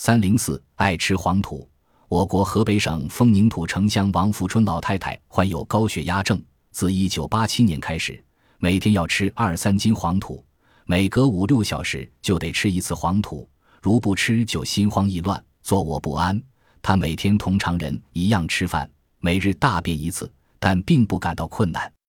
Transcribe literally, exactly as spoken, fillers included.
三零四爱吃黄土。我国河北省丰宁土城乡王福春老太太患有高血压症，自一九八七年开始，每天要吃二三斤黄土，每隔五六小时就得吃一次黄土，如不吃就心慌意乱，坐卧不安。她每天同常人一样吃饭，每日大便一次，但并不感到困难。